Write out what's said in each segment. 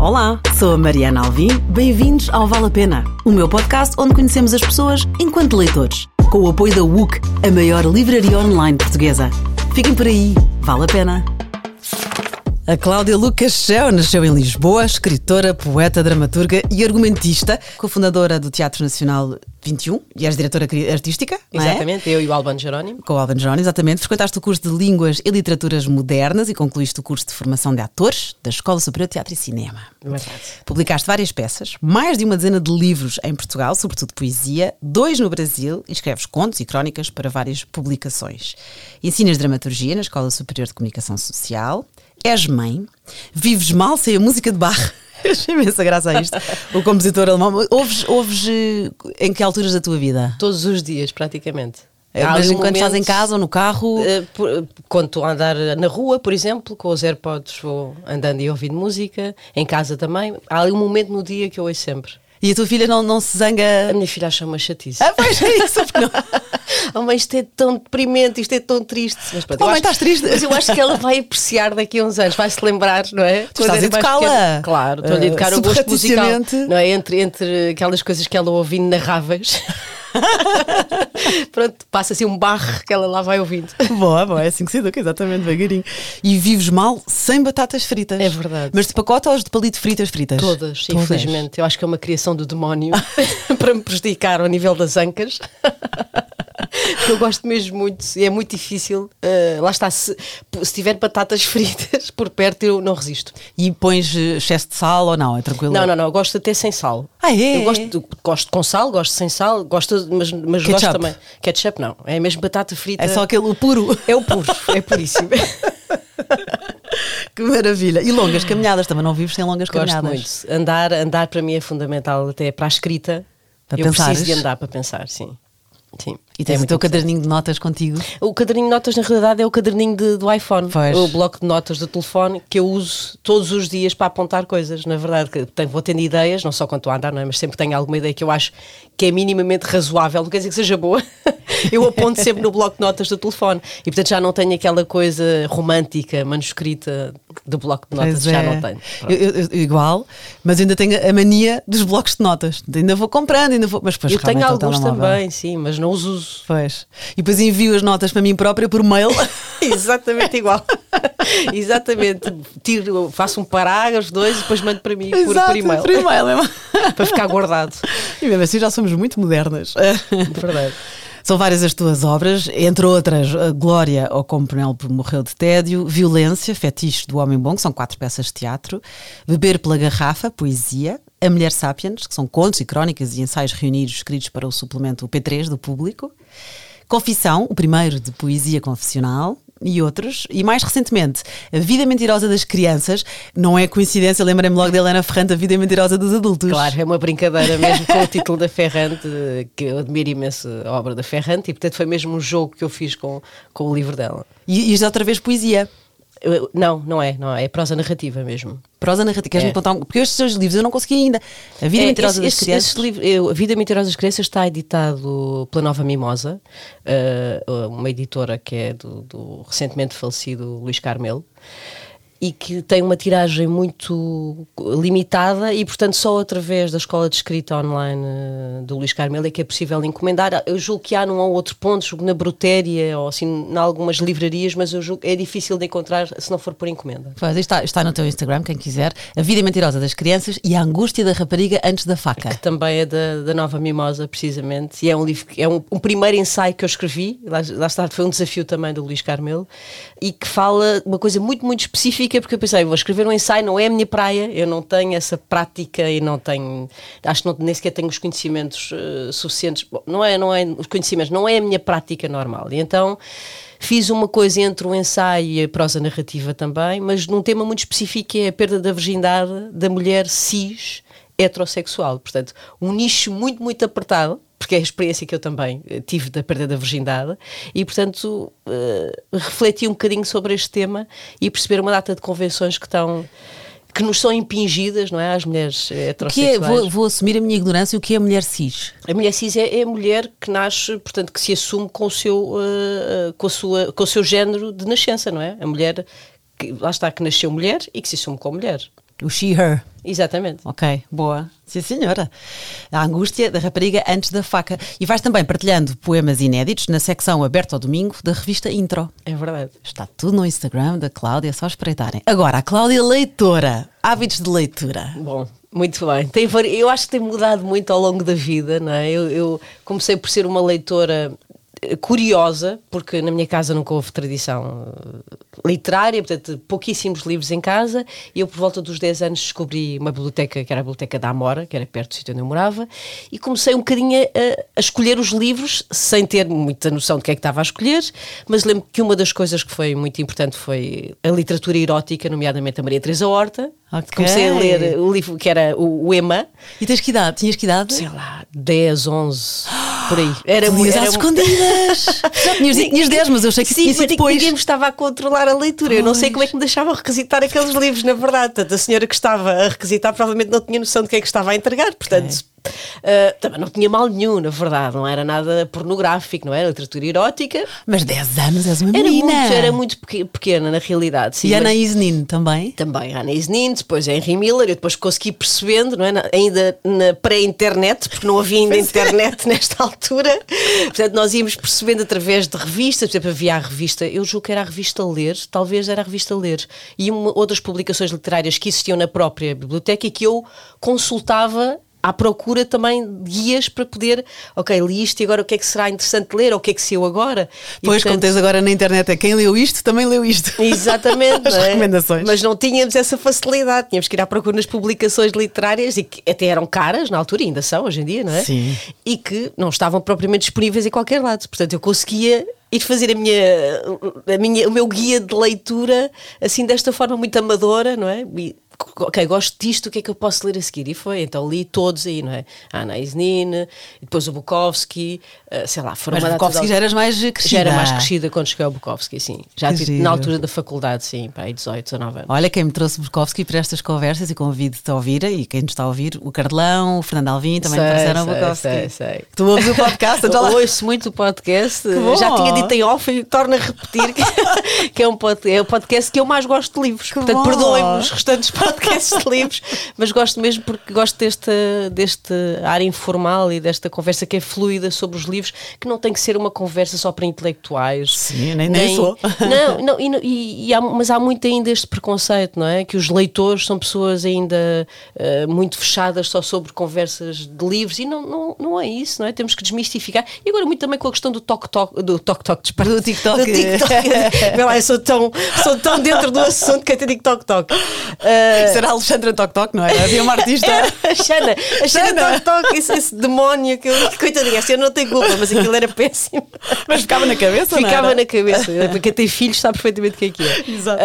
Olá, sou a Mariana Alvim. Bem-vindos ao Vale a Pena, o meu podcast onde conhecemos as pessoas enquanto leitores. Com o apoio da WUC, a maior livraria online portuguesa. Fiquem por aí, vale a pena. A Cláudia Lucas Cheo nasceu em Lisboa, escritora, poeta, dramaturga e argumentista, cofundadora do Teatro Nacional 21 e és diretora artística, não é? Exatamente, eu e o Albano Jerónimo. Com o Albano Jerónimo, exatamente. Frequentaste o curso de Línguas e Literaturas Modernas e concluíste o curso de formação de atores da Escola Superior de Teatro e Cinema. Verdade. Publicaste várias peças, mais de uma dezena de livros em Portugal, sobretudo poesia, 2 no Brasil e escreves contos e crónicas para várias publicações. Ensinas dramaturgia na Escola Superior de Comunicação Social. És mãe, vives mal sem a música de Bach. Achei imensa graça a isto. O compositor alemão. Ouves em que alturas da tua vida? Todos os dias, praticamente. Mas enquanto estás em casa ou no carro? Quando estou a andar na rua, por exemplo, com os AirPods vou andando e ouvindo música. Em casa também. Há ali um momento no dia que eu ouço sempre. E a tua filha não se zanga? A minha filha acha uma chatice. Pois é isso, porque não. Oh, mãe, isto é tão deprimente, isto é tão triste. Mas, pronto, mãe, estás triste? Mas eu acho que ela vai apreciar daqui a uns anos, vai-se lembrar, não é? Tu estás a educá-la. Claro, estou a educar o gosto musical. Não é? Entre aquelas coisas que ela ouve inarráveis. Pronto, passa assim um barro que ela lá vai ouvindo. Boa, é assim que se educa, exatamente, devagarinho. E vives mal sem batatas fritas. É verdade. Mas de pacote ou de palito fritas? Todas, infelizmente. Eu acho que é uma criação do demónio para me prejudicar ao nível das ancas. Eu gosto mesmo muito e é muito difícil. Lá está, se tiver batatas fritas por perto eu não resisto. E pões excesso de sal ou não? É tranquilo? Não, eu gosto até sem sal. É? Eu gosto com sal, gosto sem sal, mas gosto também. Ketchup não, é mesmo batata frita. É só aquele puro? É o puro, é puríssimo. Que maravilha. E longas caminhadas, também não vives sem longas caminhadas? Gosto muito. Andar para mim é fundamental, até para a escrita. Para eu pensares? preciso de andar para pensar, sim. Sim. E tens o teu caderninho de notas contigo? O caderninho de notas, na realidade, é o caderninho do iPhone. Pois. O bloco de notas do telefone que eu uso todos os dias para apontar coisas. Na verdade, vou tendo ideias, não só quando estou a andar, não é? Mas sempre tenho alguma ideia que eu acho que é minimamente razoável, não quer dizer que seja boa. Eu aponto sempre no bloco de notas do telefone. E, portanto, já não tenho aquela coisa romântica, manuscrita do bloco de notas. Já não tenho. Eu igual, mas ainda tenho a mania dos blocos de notas. Ainda vou comprando, mas depois eu tenho alguns também, sim, mas não os uso. Pois. E depois envio as notas para mim própria por mail. Exatamente igual. Exatamente. Faço um parágrafo, 2 e depois mando para mim por e-mail. Por e-mail para ficar guardado. E mesmo assim já somos muito modernas. Verdade. São várias as tuas obras, entre outras Glória ou Como Penélope Morreu de Tédio, Violência, Fetiche do Homem Bom, que são 4 peças de teatro, Beber pela Garrafa, poesia, A Mulher Sapiens, que são contos e crónicas e ensaios reunidos escritos para o suplemento P3 do Público, Confissão, o primeiro de poesia confessional, e outros, e mais recentemente A Vida Mentirosa das Crianças. Não é coincidência, lembrei-me logo de Helena Ferrante, A Vida Mentirosa dos Adultos. Claro, é uma brincadeira mesmo com o título da Ferrante, que eu admiro imenso a obra da Ferrante, e portanto foi mesmo um jogo que eu fiz com o livro dela. E isto é outra vez poesia? Não é prosa narrativa mesmo. Prosa narrativa, queres-me contar porque estes seus livros eu não consegui ainda. A Vida Mentirosa das Crianças. A Vida Mentirosa das Crianças está editado pela Nova Mimosa, uma editora que é do recentemente falecido Luís Carmelo, e que tem uma tiragem muito limitada e, portanto, só através da Escola de Escrita Online do Luís Carmelo é que é possível encomendar. Eu julgo que há num ou outro ponto, julgo na Brutéria ou assim, em algumas livrarias, mas eu julgo que é difícil de encontrar se não for por encomenda. Pois, está no teu Instagram, quem quiser. A Vida Mentirosa das Crianças e A Angústia da Rapariga Antes da Faca. Que também é da Nova Mimosa, precisamente. E é um livro, é um primeiro ensaio que eu escrevi, lá está, foi um desafio também do Luís Carmelo, e que fala uma coisa muito, muito específica, porque eu pensei, vou escrever um ensaio, não é a minha praia, eu não tenho essa prática e não tenho, acho que nem sequer tenho os conhecimentos suficientes. Bom, não é os conhecimentos, não é a minha prática normal. E então fiz uma coisa entre o ensaio e a prosa narrativa também, mas num tema muito específico, que é a perda da virgindade da mulher cis heterossexual. Portanto, um nicho muito, muito apertado, porque é a experiência que eu também tive da perda da virgindade, e portanto refleti um bocadinho sobre este tema e perceber uma data de convenções que nos são impingidas, não é, às mulheres heterossexuais. Vou assumir a minha ignorância, o que é a mulher cis? A mulher cis é a mulher que nasce, portanto, que se assume com o seu género de nascença, não é? A mulher que, lá está, que nasceu mulher e que se assume como mulher. O She, Her. Exatamente. Ok, boa. Sim, senhora. A angústia da rapariga antes da faca. E vais também partilhando poemas inéditos na secção aberta ao domingo da revista Intro. É verdade. Está tudo no Instagram da Cláudia, é só espreitarem. Agora, a Cláudia leitora. Hábitos de leitura. Bom, muito bem. Eu acho que tem mudado muito ao longo da vida, não é? Eu comecei por ser uma leitora curiosa, porque na minha casa nunca houve tradição literária, portanto pouquíssimos livros em casa, e eu por volta dos 10 anos descobri uma biblioteca, que era a Biblioteca da Amora, que era perto do sítio onde eu morava, e comecei um bocadinho a escolher os livros, sem ter muita noção de que é que estava a escolher, mas lembro que uma das coisas que foi muito importante foi a literatura erótica, nomeadamente a Maria Teresa Horta. Okay. Comecei a ler o livro que era o Emma. E tens que idade? Tinhas que idade? Sei lá, 10, 11, por aí. Era às escondidas. Já tinhas 10, mas eu achei que tinha sido depois. Ninguém me estava a controlar a leitura. Pois. Eu não sei como é que me deixavam requisitar aqueles livros, na verdade. Portanto, a senhora que estava a requisitar provavelmente não tinha noção de que é que estava a entregar. Portanto, também não tinha mal nenhum, na verdade. Não era nada pornográfico, não era literatura erótica. Mas 10 anos és uma menina. Era muito pequena, na realidade. Sim, e Ana Isnin também? Também, Ana Isnin, depois Henry Miller. Eu depois consegui percebendo, não é? Ainda na pré-internet, porque não havia ainda internet nesta altura. Portanto, nós íamos percebendo através de revistas. Por exemplo, havia a revista, eu julgo que era a revista Ler, talvez era a revista Ler, e outras publicações literárias que existiam na própria biblioteca e que eu consultava à procura também de guias para poder, ok, li isto e agora o que é que será interessante ler, ou o que é que saiu agora. Pois, como tens agora na internet, quem leu isto também leu isto. Exatamente. As recomendações. Mas não tínhamos essa facilidade, tínhamos que ir à procura nas publicações literárias e que até eram caras na altura, ainda são hoje em dia, não é? Sim. E que não estavam propriamente disponíveis em qualquer lado. Portanto, eu conseguia ir fazer o meu guia de leitura assim desta forma muito amadora, não é? Ok, gosto disto, o que é que eu posso ler a seguir? E foi, então li todos aí, não é? A Ana Isnin, e depois o Bukowski, sei lá, foram. Mas Bukowski já eras mais crescida. Já era mais crescida quando cheguei ao Bukowski, sim. Já na altura da faculdade, sim, para aí 18, 19 anos. Olha, quem me trouxe Bukowski para estas conversas e convido-te a ouvir, e quem nos está a ouvir, o Carlão, o Fernando Alvim, também me trouxeram o Bukowski. Sei. Tu ouves o podcast? Eu ouço muito o podcast, já tinha dito em off e torno a repetir que é um podcast que eu mais gosto de livros. Portanto, perdoem-me os restantes podcasts de livros, mas gosto mesmo porque gosto deste ar informal e desta conversa que é fluida sobre os livros, que não tem que ser uma conversa só para intelectuais. Sim, nem sou. Não, mas há muito ainda este preconceito, não é? Que os leitores são pessoas ainda muito fechadas só sobre conversas de livros, e não é isso, não é? Temos que desmistificar. E agora muito também com a questão do TikTok. Do TikTok. Eu sou tão dentro do assunto que até digo TikTok. Será a Alexandra Tok, não é? Havia uma artista. A Xana Tok, esse demónio que eu. Coitadinha, assim, eu não tenho culpa, mas aquilo era péssimo. Mas ficava na cabeça, não é? Ficava na cabeça, porque quem tem filhos sabe perfeitamente o que é. Exato.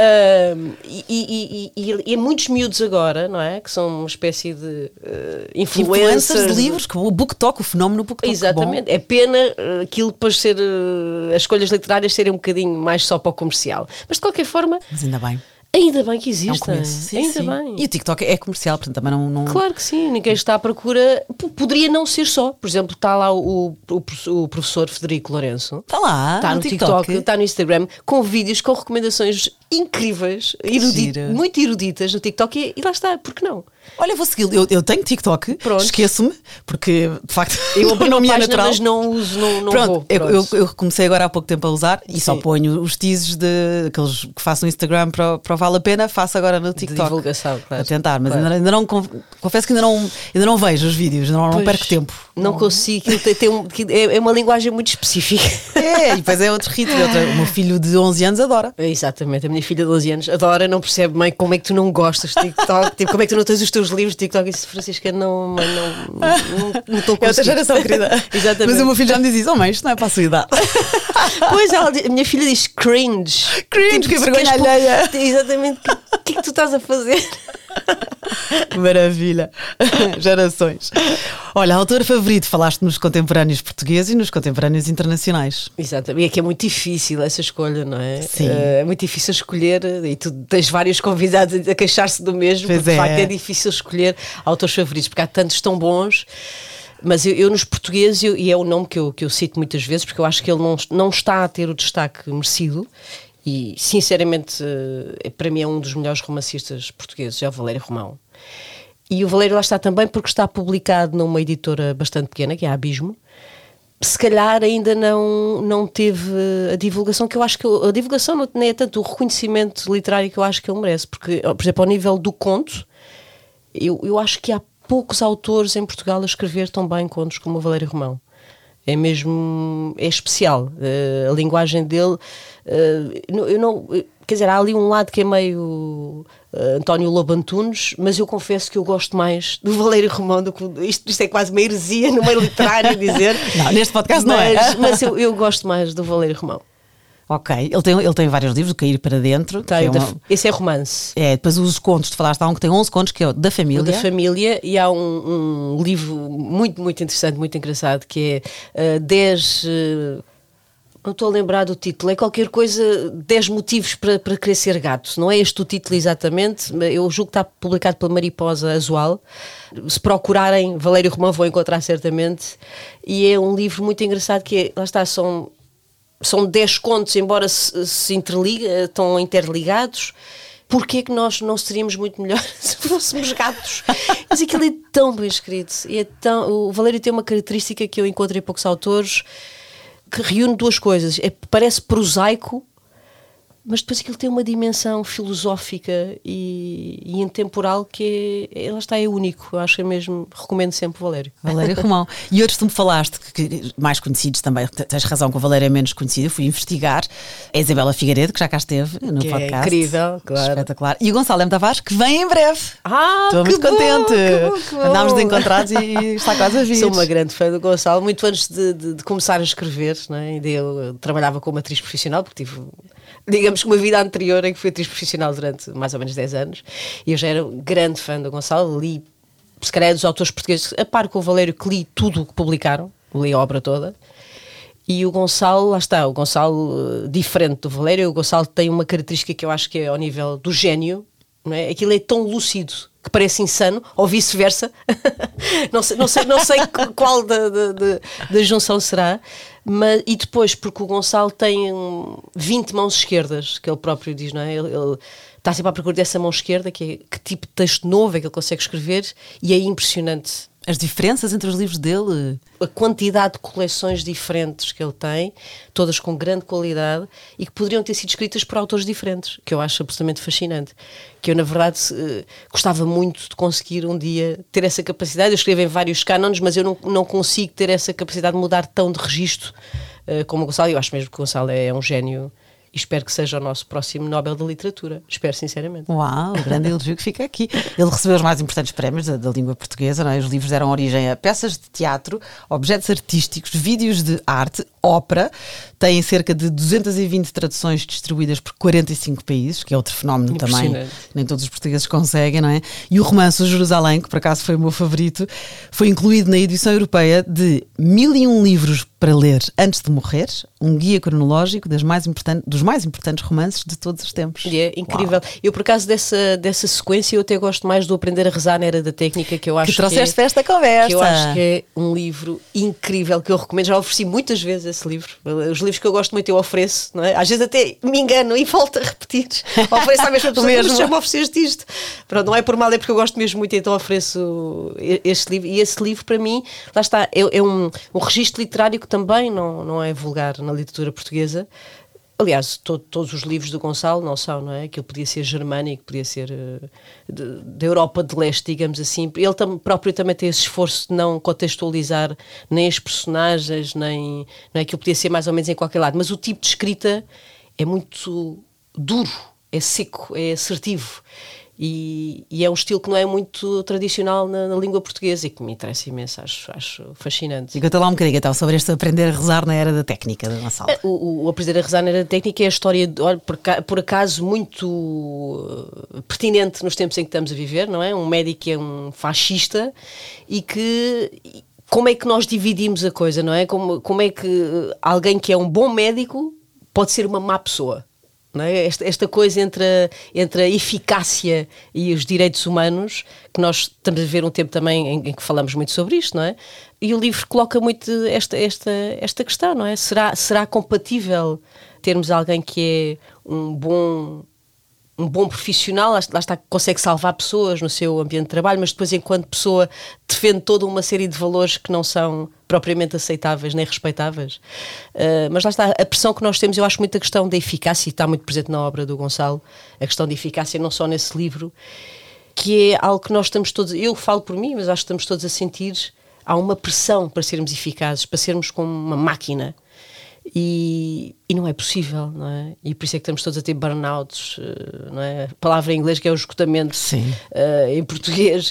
E muitos miúdos agora, não é? Que são uma espécie de influencers de livros, o BookTok, o fenómeno BookTok. Exatamente. Bom. É pena aquilo depois ser as escolhas literárias serem um bocadinho mais só para o comercial. Mas de qualquer forma. Mas ainda bem. Ainda bem que existe. Ainda bem. E o TikTok é comercial, portanto também não. Claro que sim, ninguém está à procura. Poderia não ser só. Por exemplo, está lá o professor Frederico Lourenço. Está lá. Está no TikTok, está no Instagram, com vídeos com recomendações incríveis, muito eruditas no TikTok, e lá está, por que não? Olha, vou segui-lo. Eu tenho TikTok, esqueço-me, porque de facto eu abri não me é natural. Mas não uso, não vou. Eu comecei agora há pouco tempo a usar e só ponho os teases aqueles que faço no Instagram para Vale a Pena, faço agora no TikTok. De divulgação, claro. A tentar, mas ainda não confesso que ainda não vejo os vídeos, não perco tempo. Não consigo, é uma linguagem muito específica. E depois é outro ritmo. O meu filho de 11 anos adora. Exatamente, a minha filha de 12 anos adora, não percebe bem como é que tu não gostas de TikTok, como é que tu não tens os teus livros de TikTok. E disse, Francisca, não estou conseguindo. É outra geração, querida. Exatamente. Mas o meu filho já me diz isso, mãe, isto não é para a sua idade. Pois, a minha filha diz cringe. Que vergonha alheia. Exatamente, o que é que tu estás a fazer? Maravilha. Gerações. Olha, autor favorito, falaste nos contemporâneos portugueses e nos contemporâneos internacionais. Exatamente, e é que é muito difícil essa escolha, não é? Sim. É muito difícil escolher, e tu tens vários convidados a queixar-se do mesmo, porque de facto é difícil escolher autores favoritos, porque há tantos tão bons. Mas eu nos portugueses, e é o nome que eu cito muitas vezes, porque eu acho que ele não está a ter o destaque merecido, e sinceramente para mim é um dos melhores romancistas portugueses, é o Valério Romão. E o Valério lá está também porque está publicado numa editora bastante pequena, que é a Abismo. Se calhar ainda não teve a divulgação que eu acho que... A divulgação não é tanto o reconhecimento literário que eu acho que ele merece, porque, por exemplo, ao nível do conto, eu acho que há poucos autores em Portugal a escrever tão bem contos como o Valério Romão. É mesmo... é especial. A linguagem dele... quer dizer, há ali um lado que é meio António Lobo Antunes, mas eu confesso que eu gosto mais do Valério Romão do que... Isto é quase uma heresia no meio literário dizer. Não, neste podcast não é. Mas eu gosto mais do Valério Romão. Ok, ele tem vários livros, o Cair para Dentro. Esse é romance. Depois os contos, tu falaste, há um que tem 11 contos, que é o da Família. O da Família, e há um livro muito, muito interessante, muito engraçado, que é 10... não estou a lembrar do título, é qualquer coisa, 10 motivos para querer ser gato. Não é este o título exatamente, eu julgo que está publicado pela Mariposa Azual. Se procurarem Valério Romão vão encontrar certamente. E é um livro muito engraçado que é, lá está, são 10 contos, embora se estão interligados. Porquê é que nós não seríamos muito melhor se fôssemos gatos? Mas aquilo é tão bem escrito. O Valério tem uma característica que eu encontro em poucos autores, que reúne duas coisas. Parece prosaico, mas depois aquilo tem uma dimensão filosófica e intemporal que ela está, é único. Eu acho que mesmo, recomendo sempre o Valério. Valério Romão. E outros tu me falaste, que mais conhecidos também, tens razão que o Valério é menos conhecido, eu fui investigar. A Isabela Figueiredo, que já cá esteve no que podcast. É incrível, claro. Espetacular. E o Gonçalo M. Tavares, que vem em breve. Estou muito contente. Que bom. Andámos de encontrados e está quase a vir. Sou uma grande fã do Gonçalo, muito antes de começar a escrever, não é? Eu trabalhava como atriz profissional, porque tive... digamos que uma vida anterior em que fui atriz profissional durante mais ou menos 10 anos, e eu já era um grande fã do Gonçalo, li, se calhar, dos autores portugueses, a par com o Valério, que li tudo o que publicaram, li a obra toda, e o Gonçalo, lá está, o Gonçalo, diferente do Valério, o Gonçalo tem uma característica que eu acho que é ao nível do gênio, não é? Aquilo é tão lúcido que parece insano, ou vice-versa, não sei qual da junção será, mas, e depois, porque o Gonçalo tem 20 mãos esquerdas, que ele próprio diz, não é? Ele está sempre à procura dessa mão esquerda, que tipo de texto novo é que ele consegue escrever, e é impressionante. As diferenças entre os livros dele. A quantidade de coleções diferentes que ele tem, todas com grande qualidade, e que poderiam ter sido escritas por autores diferentes, que eu acho absolutamente fascinante. Que eu, na verdade, gostava muito de conseguir um dia ter essa capacidade. Eu escrevo em vários cânones, mas eu não consigo ter essa capacidade de mudar tão de registro como o Gonçalo. Eu acho mesmo que o Gonçalo é um gênio. E espero que seja o nosso próximo Nobel da Literatura. Espero sinceramente. Uau, o grande elogio que fica aqui. Ele recebeu os mais importantes prémios da língua portuguesa, não é? Os livros deram origem a peças de teatro, objetos artísticos, vídeos de arte, ópera. Tem cerca de 220 traduções distribuídas por 45 países, que é outro fenómeno também. Nem todos os portugueses conseguem, não é? E o romance O Jerusalém, que por acaso foi o meu favorito, foi incluído na edição europeia de 1001 livros para ler antes de morrer, um guia cronológico dos mais importantes romances de todos os tempos. É incrível. Uau. Eu, por acaso, dessa sequência, eu até gosto mais do Aprender a Rezar na Era da Técnica, que eu acho que trouxeste para esta conversa. Que eu acho que é um livro incrível, que eu recomendo. Já ofereci muitas vezes esse livro. Os livros que eu gosto muito eu ofereço, não é? Às vezes até me engano e volto a repetir. Ofereço à mesma pessoa, mas já me ofereceste isto. Pronto, não é por mal, é porque eu gosto mesmo muito, então ofereço este livro. E esse livro, para mim, lá está, é um registro literário que também não é vulgar na literatura portuguesa. Aliás, todos os livros do Gonçalo não são, não é? Aquilo podia ser germânico, podia ser da Europa de Leste, digamos assim. Ele próprio também tem esse esforço de não contextualizar nem as personagens, nem não é? Aquilo podia ser mais ou menos em qualquer lado. Mas o tipo de escrita é muito duro, é seco, é assertivo. E é um estilo que não é muito tradicional na língua portuguesa e que me interessa imenso, acho fascinante. E conta lá um bocadinho então sobre este Aprender a Rezar na Era da Técnica da Gonçalo. O Aprender a Rezar na Era da Técnica é a história, por acaso, muito pertinente nos tempos em que estamos a viver, não é? Um médico que é um fascista e que... Como é que nós dividimos a coisa, não é? Como é que alguém que é um bom médico pode ser uma má pessoa? Não é? Esta coisa entre a eficácia e os direitos humanos, que nós estamos a ver um tempo também em que falamos muito sobre isto, não é? E o livro coloca muito esta questão, não é? Será compatível termos alguém que é um bom profissional, lá está, consegue salvar pessoas no seu ambiente de trabalho, mas depois, enquanto pessoa, defende toda uma série de valores que não são propriamente aceitáveis nem respeitáveis. Mas lá está, a pressão que nós temos, eu acho muito a questão da eficácia, e está muito presente na obra do Gonçalo, a questão da eficácia não só nesse livro, que é algo que nós estamos todos, eu falo por mim, mas acho que estamos todos a sentir, há uma pressão para sermos eficazes, para sermos como uma máquina. E não é possível, não é? E por isso é que estamos todos a ter burnouts, não é? A palavra em inglês que é o esgotamento, em português,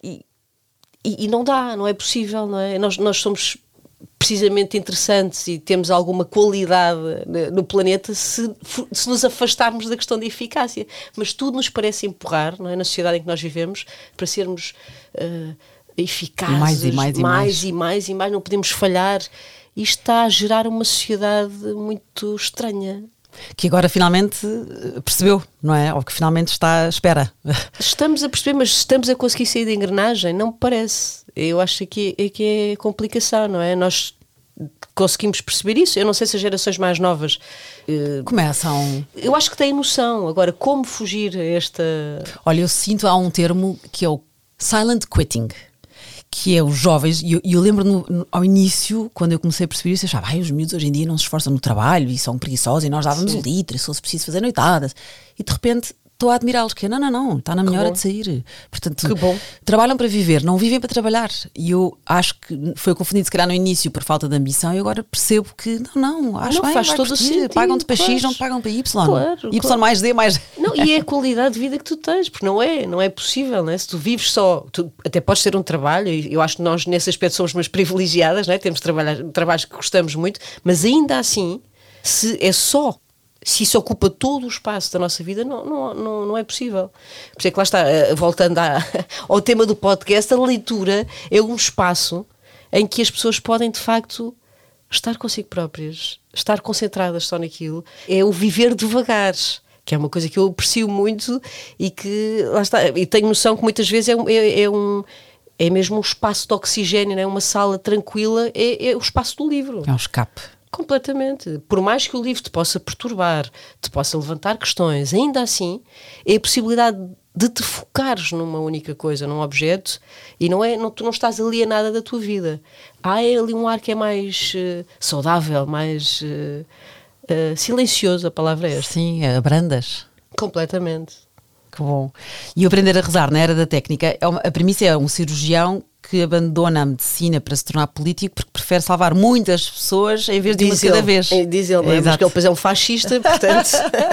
e não dá, não é possível, não é? Nós somos precisamente interessantes e temos alguma qualidade no planeta se nos afastarmos da questão da eficácia, mas tudo nos parece empurrar, não é? Na sociedade em que nós vivemos, para sermos eficazes, mais, não podemos falhar. Isto está a gerar uma sociedade muito estranha. Que agora finalmente percebeu, não é? Ou que finalmente está à espera. Estamos a perceber, mas estamos a conseguir sair da engrenagem? Não me parece. Eu acho que é complicação, não é? Nós conseguimos perceber isso. Eu não sei se as gerações mais novas começam. Eu acho que têm noção. Agora, como fugir a esta... Olha, eu sinto, há um termo que é o silent quitting, que é os jovens, e eu lembro ao início, quando eu comecei a perceber isso, eu achava, os miúdos hoje em dia não se esforçam no trabalho e são preguiçosos e nós dávamos o litro, se fosse preciso fazer noitadas, e de repente estou a admirá-los, que é, não, está na minha hora de sair. Portanto, trabalham para viver, não vivem para trabalhar. E eu acho que foi confundido se calhar no início por falta de ambição, e agora percebo que acho bem, faz todo o sentido. Pagam-te para X, não te pagam para Y. Claro. Mais D, mais... Não, e é a qualidade de vida que tu tens, porque não é possível, não é? Se tu vives só, tu até podes ter um trabalho, e eu acho que nós nesse aspecto somos umas privilegiadas, não é? Temos trabalhos que gostamos muito, mas ainda assim, se isso ocupa todo o espaço da nossa vida, não é possível. Por isso é que lá está, voltando ao tema do podcast, a leitura é um espaço em que as pessoas podem, de facto, estar consigo próprias, estar concentradas só naquilo. É o viver devagar, que é uma coisa que eu aprecio muito e que, lá está, e tenho noção que muitas vezes é mesmo um espaço de oxigênio, não é? Uma sala tranquila, é o espaço do livro. É um escape. Completamente. Por mais que o livro te possa perturbar, te possa levantar questões, ainda assim é a possibilidade de te focares numa única coisa, num objeto, e tu não estás alienada da tua vida. Há ali um ar que é mais saudável, mais silencioso, a palavra é esta. Sim, abrandas. Completamente. Que bom. E aprender a rezar na era da técnica, a premissa é um cirurgião que abandona a medicina para se tornar político porque prefere salvar muitas pessoas em vez de uma de cada vez. Diz ele, mas que ele depois é um fascista, portanto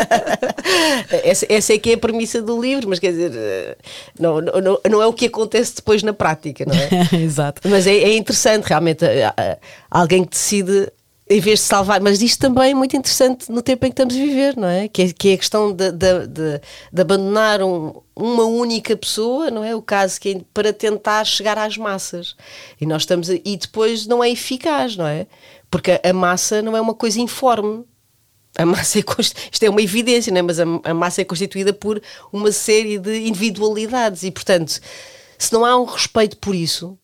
essa é que é a premissa do livro, mas quer dizer, não é o que acontece depois na prática, não é? Exato. Mas é interessante, realmente, alguém que decide, em vez de salvar, mas isto também é muito interessante no tempo em que estamos a viver, não é? Que é a questão de abandonar uma única pessoa, não é? O caso que é para tentar chegar às massas. E nós e depois não é eficaz, não é? Porque a massa não é uma coisa informe. A massa isto é uma evidência, não é? Mas a massa é constituída por uma série de individualidades e, portanto, se não há um respeito por isso,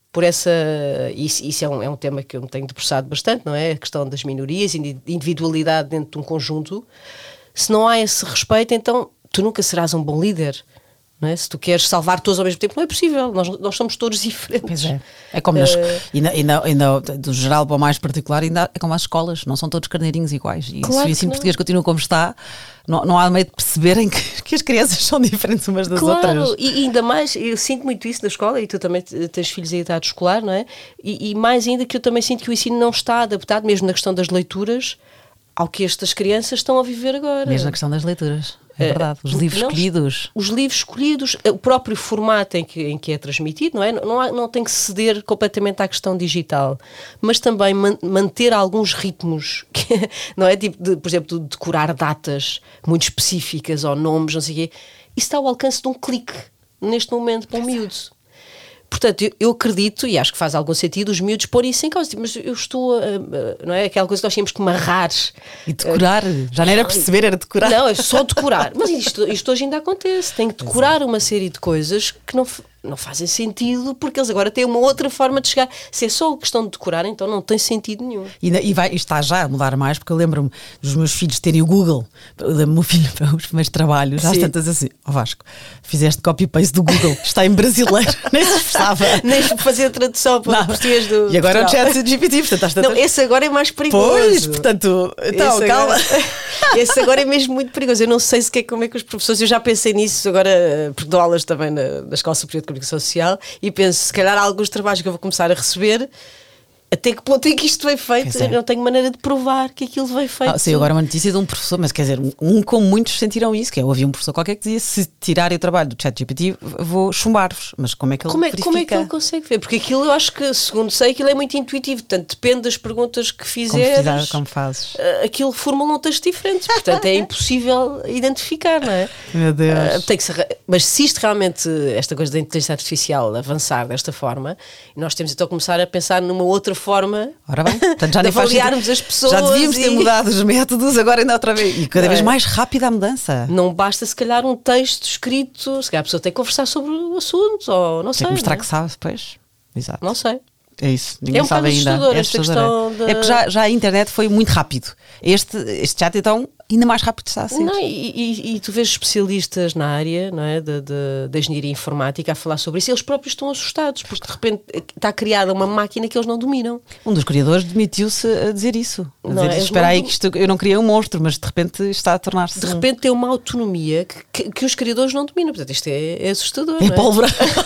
isso é um tema que eu me tenho debruçado bastante, não é? A questão das minorias, individualidade dentro de um conjunto. Se não há esse respeito, então tu nunca serás um bom líder, não é? Se tu queres salvar todos ao mesmo tempo, não é possível. Nós somos todos diferentes. Pois é. É como ainda do geral para o mais particular, ainda é como as escolas, não são todos carneirinhos iguais. E se o ensino português continua como está, não há meio de perceberem que as crianças são diferentes umas das outras. Claro, e ainda mais, eu sinto muito isso na escola, e tu também tens filhos em idade escolar, não é? E mais ainda que eu também sinto que o ensino não está adaptado, mesmo na questão das leituras, ao que estas crianças estão a viver agora. Mesmo na questão das leituras. É verdade, os livros escolhidos. Os livros escolhidos, o próprio formato em que é transmitido, não é? Não tem que ceder completamente à questão digital, mas também manter alguns ritmos, não é? Tipo, por exemplo, de decorar datas muito específicas ou nomes, não sei o quê. Isso está ao alcance de um clique, neste momento, para um miúdo. Portanto, eu acredito, e acho que faz algum sentido, os miúdos pôr isso em causa. Mas eu estou, não é? Aquela coisa que nós tínhamos que marrar. E decorar, já não era perceber, era decorar. Não, é só decorar. Mas isto hoje ainda acontece. Tem que decorar uma série de coisas que não fazem sentido, porque eles agora têm uma outra forma de chegar. Se é só questão de decorar, então não tem sentido nenhum. E está já a mudar mais, porque eu lembro-me dos meus filhos terem o Google. Eu lembro-me, meu filho, os primeiros trabalhos, às tantas assim, Vasco, fizeste copy-paste do Google, está em brasileiro, nem se esforçava. Nem fazer a tradução para o português do. E agora é o Portugal. ChatGPT, portanto, estás Não, esse agora é mais perigoso. Pois, portanto, então, esse calma. Esse agora é mesmo muito perigoso. Eu não sei sequer como é que os professores. Eu já pensei nisso agora, porque dou aulas também na Escola Superior de Comunicação Social, e penso, se calhar há alguns trabalhos que eu vou começar a receber. Até que ponto é que isto veio feito? Eu não tenho maneira de provar que aquilo veio feito. Saiu agora uma notícia de um professor, mas quer dizer, como muitos sentiram isso, que eu ouvi um professor qualquer que dizia: se tirarem o trabalho do ChatGPT, vou chumbar-vos. Mas como é que ele verifica? Como é que ele consegue ver? Porque aquilo, eu acho que, segundo sei, aquilo é muito intuitivo. Portanto, depende das perguntas que fizeres. Como fazes. Aquilo formula um texto diferente. Portanto, é impossível identificar, não é? Meu Deus. Mas se isto realmente, esta coisa da inteligência artificial avançar desta forma, nós temos então a começar a pensar numa outra forma. Ora bem, portanto, já de avaliarmos as pessoas. Já devíamos ter mudado os métodos, agora ainda outra vez. E cada vez mais rápida a mudança. Não basta, se calhar, um texto escrito. Se calhar a pessoa tem que conversar sobre o assunto, ou não sei. Tem que mostrar que sabe, pois. Exato. Não sei. É isso, ninguém sabe ainda. Esta questão É porque já a internet foi muito rápido. Este chat, então, ainda mais rápido está a ser. Não, e tu vês especialistas na área, não é, da engenharia informática a falar sobre isso, e eles próprios estão assustados, porque de repente está criada uma máquina que eles não dominam. Um dos criadores demitiu-se a dizer isso. Espera aí, que isto, eu não criei um monstro, mas de repente está a tornar-se. De repente tem uma autonomia que os criadores não dominam. Portanto, isto é assustador. É pólvora.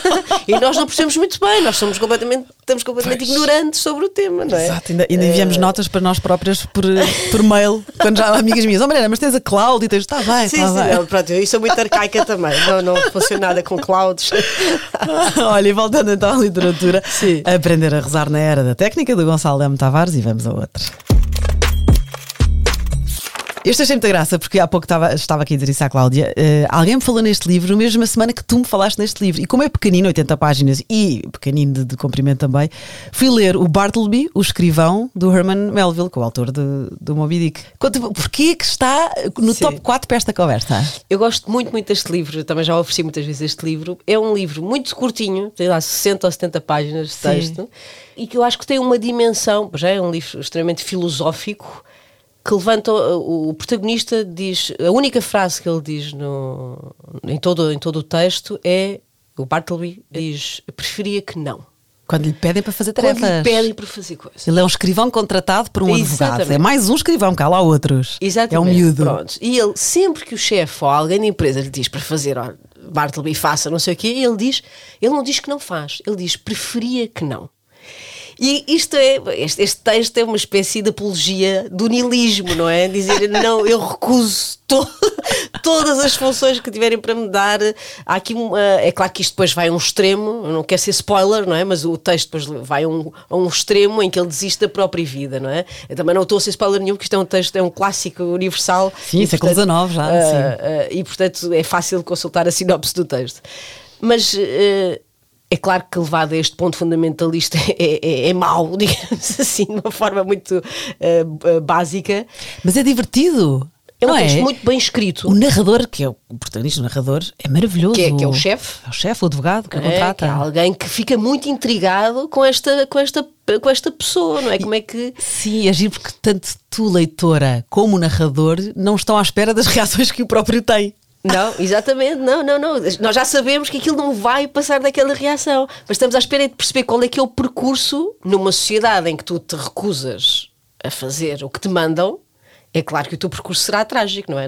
E nós não percebemos muito bem, nós estamos completamente ignorantes sobre o tema, não é? Exato, ainda enviamos notas para nós próprias por mail, quando já há amigas minhas: Mariana, mas tens a cloud e tens, está bem, sim, está bem. Não, pronto, eu sou muito arcaica também, não funciona nada com clouds. Olha, e voltando então à literatura, sim. Aprender a rezar na era da técnica, do Gonçalo M. Tavares, e vamos a outro. Este achei muita graça, porque há pouco estava aqui a dizer isso à Cláudia. Alguém me falou neste livro, mesmo a semana que tu me falaste neste livro. E como é pequenino, 80 páginas, e pequenino de comprimento também, fui ler o Bartleby, o escrivão, do Herman Melville, que é o autor do Moby Dick. Porquê que está no top 4 para esta conversa? Eu gosto muito deste livro, eu também já ofereci muitas vezes este livro. É um livro muito curtinho, tem lá 60 ou 70 páginas de texto, sim, e que eu acho que tem uma dimensão, já é um livro extremamente filosófico, que levanta o protagonista, diz, a única frase que ele diz em todo o texto é, o Bartleby diz: preferia que não. Quando lhe pedem para fazer tarefas. Quando lhe pedem para fazer coisas. Ele é um escrivão contratado por um advogado. É mais um escrivão, cá há lá outros. Exatamente. É um miúdo. Pronto. E ele, sempre que o chefe ou alguém da empresa lhe diz para fazer, Bartleby, faça não sei o quê, ele não diz que não faz, ele diz: preferia que não. E este texto é uma espécie de apologia do niilismo, não é? Dizer, não, eu recuso todas as funções que tiverem para me dar. Há aqui é claro que isto depois vai a um extremo, eu não quero ser spoiler, não é? Mas o texto depois vai a um extremo em que ele desiste da própria vida, não é? Eu também não estou a ser spoiler nenhum, porque isto é um texto, é um clássico universal. Sim, século XIX já. Sim. E portanto é fácil consultar a sinopse do texto. Mas é claro que levado a este ponto fundamentalista é mau, digamos assim, de uma forma muito básica. Mas é divertido. É um texto muito bem escrito. O narrador, que é o protagonista, o narrador, é maravilhoso. Que é o chefe. É o chefe, o advogado que o contrata. Que é alguém que fica muito intrigado com esta pessoa, não é? Como é que... Sim, agir porque tanto tu, leitora, como o narrador, não estão à espera das reações que o próprio tem. Não, exatamente, não. Nós já sabemos que aquilo não vai passar daquela reação, mas estamos à espera de perceber qual é que é o percurso numa sociedade em que tu te recusas a fazer o que te mandam. É claro que o teu percurso será trágico, não é?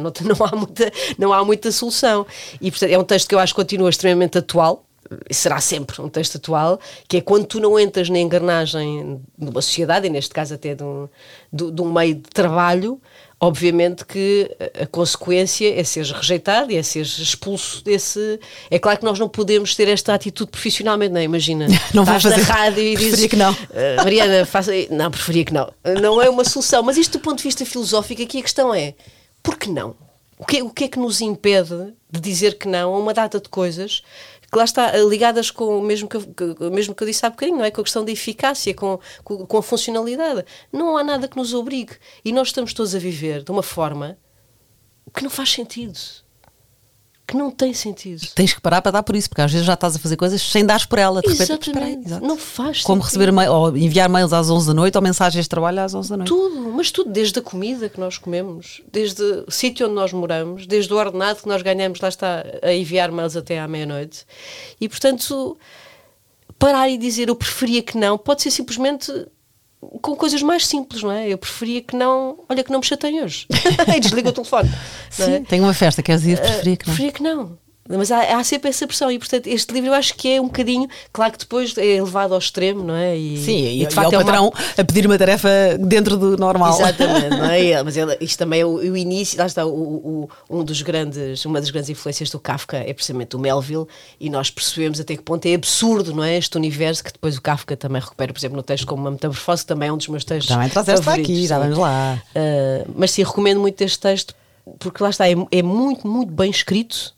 Não há muita solução. E, portanto, é um texto que eu acho que continua extremamente atual, será sempre um texto atual, que é quando tu não entras na engrenagem de uma sociedade, e neste caso até de um meio de trabalho, obviamente que a consequência é seres rejeitado e é seres expulso desse... É claro que nós não podemos ter esta atitude profissionalmente, não é? Imagina, não estás vou fazer. na rádio e preferia dizes... que não. Mariana, faça... Não, preferia que não. Não é uma solução. Mas isto do ponto de vista filosófico, aqui a questão é, por que não? O que é que nos impede de dizer que não a uma data de coisas que lá está, ligadas com o mesmo que eu disse há bocadinho, não é? Com a questão da eficácia, com a funcionalidade. Não há nada que nos obrigue. E nós estamos todos a viver de uma forma que não faz sentido. que não tem sentido. Tens que parar para dar por isso, porque às vezes já estás a fazer coisas sem dares por ela. De repente, Exatamente. Não faz como sentido. receber mail, ou enviar mails às 11 da noite ou mensagens de trabalho às 11 da noite. Tudo, mas tudo, desde a comida que nós comemos, desde o sítio onde nós moramos, desde o ordenado que nós ganhamos, lá está, a enviar mails até à meia-noite. E, portanto, parar e dizer eu preferia que não, pode ser simplesmente com coisas mais simples, não é? Eu preferia que não, olha que não me chateiem hoje. E desliga o telefone. Não é? Sim, tenho uma festa, queres ir? Preferia que não. Preferia que não. Mas há sempre essa pressão e, portanto, este livro eu acho que é um bocadinho, claro que depois é levado ao extremo, não é? Sim, e de facto é o patrão a pedir uma tarefa dentro do normal. Exatamente, não é? Mas isto também é o início, lá está, uma das grandes influências do Kafka é precisamente o Melville, e nós percebemos até que ponto é absurdo, não é? Este universo que depois o Kafka também recupera, por exemplo, no texto como Uma Metamorfose, que também é um dos meus textos Também trouxeste favoritos. aqui, já vamos lá. Mas sim, recomendo muito este texto, porque lá está, é muito, muito bem escrito.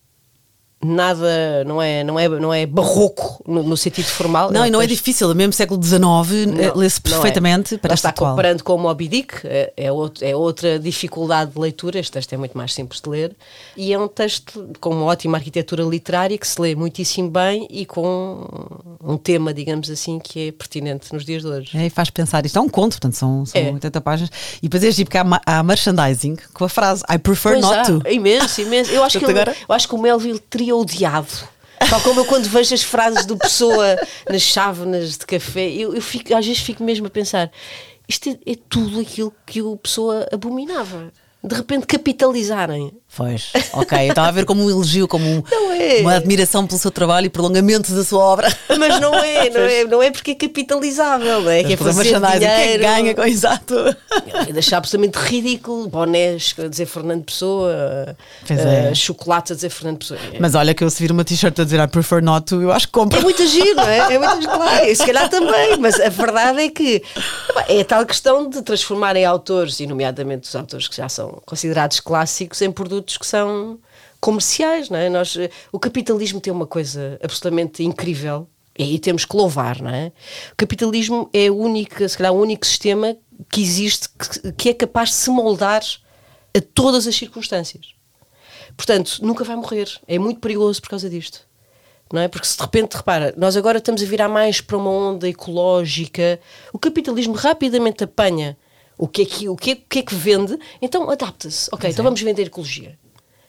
Nada, não é barroco no sentido formal. Não, e não é difícil, mesmo século XIX lê-se perfeitamente. Lá está, atual. comparando com o Moby Dick, é outra dificuldade de leitura. Este texto é muito mais simples de ler e é um texto com uma ótima arquitetura literária que se lê muitíssimo bem e com um tema, digamos assim, que é pertinente nos dias de hoje. E faz pensar, isto é um conto, portanto são 80 páginas, e depois é giro porque há merchandising com a frase I prefer not to. É imenso. Eu acho que o Melville teria odiado. Tal como eu quando vejo as frases do Pessoa nas chávenas de café, eu às vezes fico mesmo a pensar, isto é tudo aquilo que o Pessoa abominava. De repente capitalizarem. Pois, ok, eu estava a ver como um elogio, como uma admiração pelo seu trabalho e prolongamento da sua obra. Mas não é porque é capitalizável, não é? Que é fazer dinheiro. O que é que ganha com exato? É deixar absolutamente ridículo, bonés a dizer Fernando Pessoa, chocolates a dizer Fernando Pessoa. Mas olha que eu se vir uma t-shirt a dizer I prefer not to, eu acho que compro. É muito giro, não é? É muito claro, e se calhar também, mas a verdade é que é a tal questão de transformarem autores, e nomeadamente os autores que já são considerados clássicos, em produtos que são comerciais, não é? O capitalismo tem uma coisa absolutamente incrível e aí temos que louvar, não é? O capitalismo é se calhar o único sistema que existe que é capaz de se moldar a todas as circunstâncias. Portanto, nunca vai morrer. É muito perigoso por causa disto. Não é? Porque se de repente, repara, nós agora estamos a virar mais para uma onda ecológica, o capitalismo rapidamente apanha o que é que vende, então adapta-se. Ok, então vamos vender ecologia.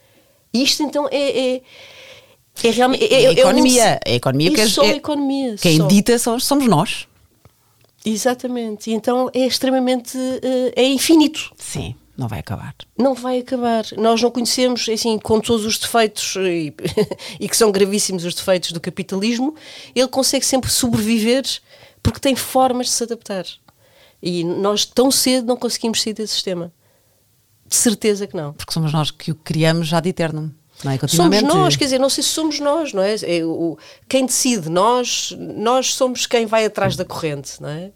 E isto então é realmente... É a economia. É a economia que só a economia. Quem dita somos nós. Exatamente. E então é extremamente... é infinito. Sim, não vai acabar. Não vai acabar. Nós não conhecemos, assim, com todos os defeitos e que são gravíssimos os defeitos do capitalismo, ele consegue sempre sobreviver porque tem formas de se adaptar. E nós tão cedo não conseguimos sair desse sistema. De certeza que não. Porque somos nós que o criamos já de eterno. Não é? Continuamente. Somos nós, quer dizer, não sei se somos nós, não é? Quem decide, nós somos quem vai atrás da corrente, não é?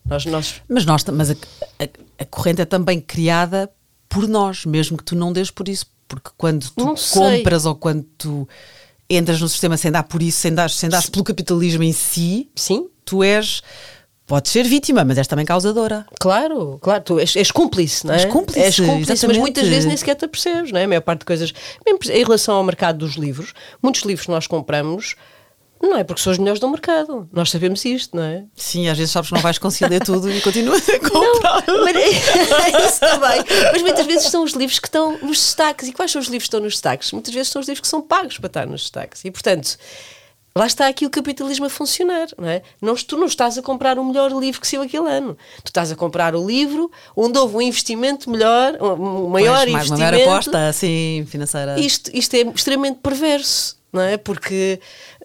Mas a corrente é também criada por nós, mesmo que tu não dês por isso. Porque quando tu compras ou quando tu entras no sistema sem dar por isso, sem dar pelo capitalismo em si, sim, tu podes ser vítima, mas és também causadora. Claro, tu és cúmplice, não é? És cúmplice, mas muitas vezes nem sequer te apercebes, não é? A maior parte de coisas, mesmo em relação ao mercado dos livros, muitos livros que nós compramos, não é porque são os melhores do mercado. Nós sabemos isto, não é? Sim, às vezes sabes que não vais conseguir ler tudo e continuas a comprar. Não, isso também. Mas muitas vezes são os livros que estão nos destaques. E quais são os livros que estão nos destaques? Muitas vezes são os livros que são pagos para estar nos destaques. E, portanto... lá está aqui o capitalismo a funcionar, não é? Tu não estás a comprar o melhor livro que saiu aquele ano. Tu estás a comprar o livro onde houve um investimento melhor, um maior investimento. Uma maior aposta, assim, financeira. Isto é extremamente perverso, não é? Porque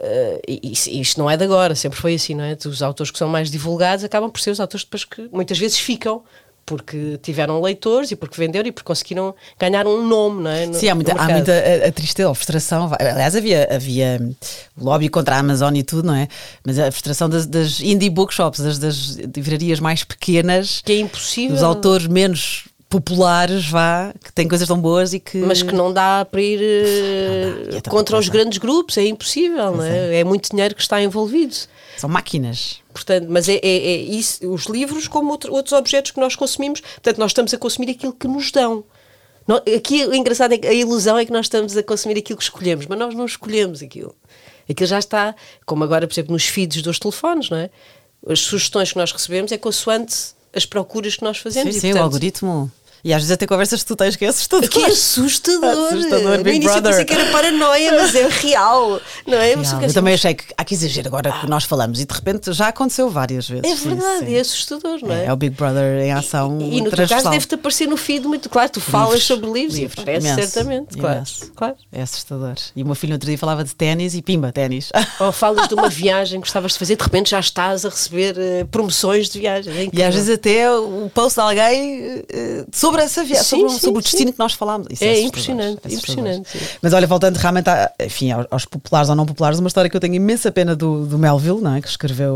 isto não é de agora, sempre foi assim, não é? Os autores que são mais divulgados acabam por ser os autores depois que muitas vezes ficam porque tiveram leitores e porque venderam e porque conseguiram ganhar um nome, não é? Sim, há muita a tristeza, a frustração. Aliás, havia lobby contra a Amazon e tudo, não é? Mas a frustração das indie bookshops, das livrarias mais pequenas, que é impossível. Dos autores menos populares, que têm coisas tão boas e que... Mas que não dá para ir contra os grandes grupos, é impossível, não é? É muito dinheiro que está envolvido. São máquinas. Portanto, mas é isso, os livros como outros objetos que nós consumimos, portanto nós estamos a consumir aquilo que nos dão. Aqui o engraçado é que a ilusão é que nós estamos a consumir aquilo que escolhemos, mas nós não escolhemos aquilo. Aquilo já está, como agora, por exemplo, nos feeds dos telefones, não é? As sugestões que nós recebemos é consoante as procuras que nós fazemos. Sim, portanto, o algoritmo. E às vezes até conversas que tu tens que é assustador. Que é assustador. Assustador, no Big início eu Brother. pensei que era paranoia, mas é real. Não é? Real. Eu também achei que há que exagero agora que nós falamos e de repente já aconteceu várias vezes. É verdade, sim. é assustador, não é? É o Big Brother em ação. E no teu caso deve-te aparecer no feed muito claro. Tu falas sobre livros e aparece imenso, certamente. imenso. Claro. É assustador. E o meu filho no outro dia falava de ténis e pimba, ténis. Ou falas de uma viagem que gostavas de fazer, de repente já estás a receber promoções de viagem. É e às vezes até o post de alguém sobre essa viagem, sobre o destino que nós falámos. Isso é assustador, impressionante, impressionante. Sim. Mas olha, voltando realmente enfim, aos populares ou não populares, uma história que eu tenho imensa pena do Melville, não é? Que escreveu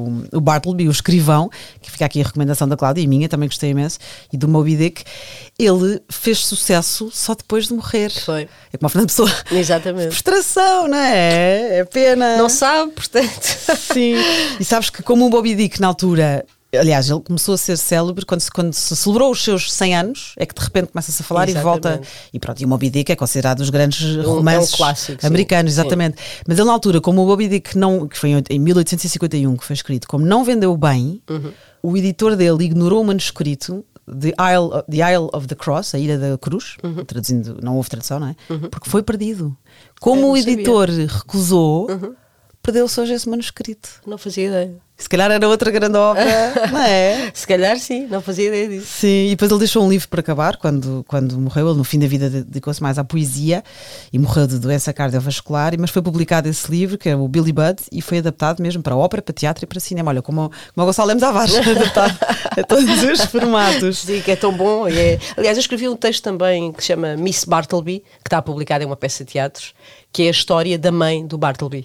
o Bartleby, o escrivão, que fica aqui a recomendação da Cláudia e minha, também gostei imenso, e do Moby Dick. Ele fez sucesso só depois de morrer. Foi. É como a Fernanda Pessoa. Exatamente. Frustração, não é? É pena. Não sabe, portanto. Sim. E sabes que como o Moby Dick na altura... Aliás, ele começou a ser célebre quando se celebrou os seus 100 anos, é que de repente começa-se a falar e volta. E pronto, e o Moby Dick é considerado um dos grandes romances clássico, americanos, exatamente. Mas ele na altura, como o Moby Dick que foi em 1851 que foi escrito, como não vendeu bem, o editor dele ignorou o manuscrito The Isle of the Cross, a Ilha da Cruz, traduzindo, não houve tradução, não é? Porque foi perdido. Como o editor recusou, perdeu-se hoje esse manuscrito. Não fazia ideia. Se calhar era outra grande obra, não é? Se calhar sim, não fazia ideia disso. Sim, e depois ele deixou um livro para acabar, quando morreu. Ele no fim da vida dedicou-se mais à poesia e morreu de doença cardiovascular, mas foi publicado esse livro, que é o Billy Budd, e foi adaptado mesmo para ópera, para teatro e para cinema. Olha, como o Gonçalo Lemos Tavares, adaptado a todos os formatos. Sim, que é tão bom. Aliás, eu escrevi um texto também que se chama Miss Bartleby, que está publicado em uma peça de teatros, que é a história da mãe do Bartleby.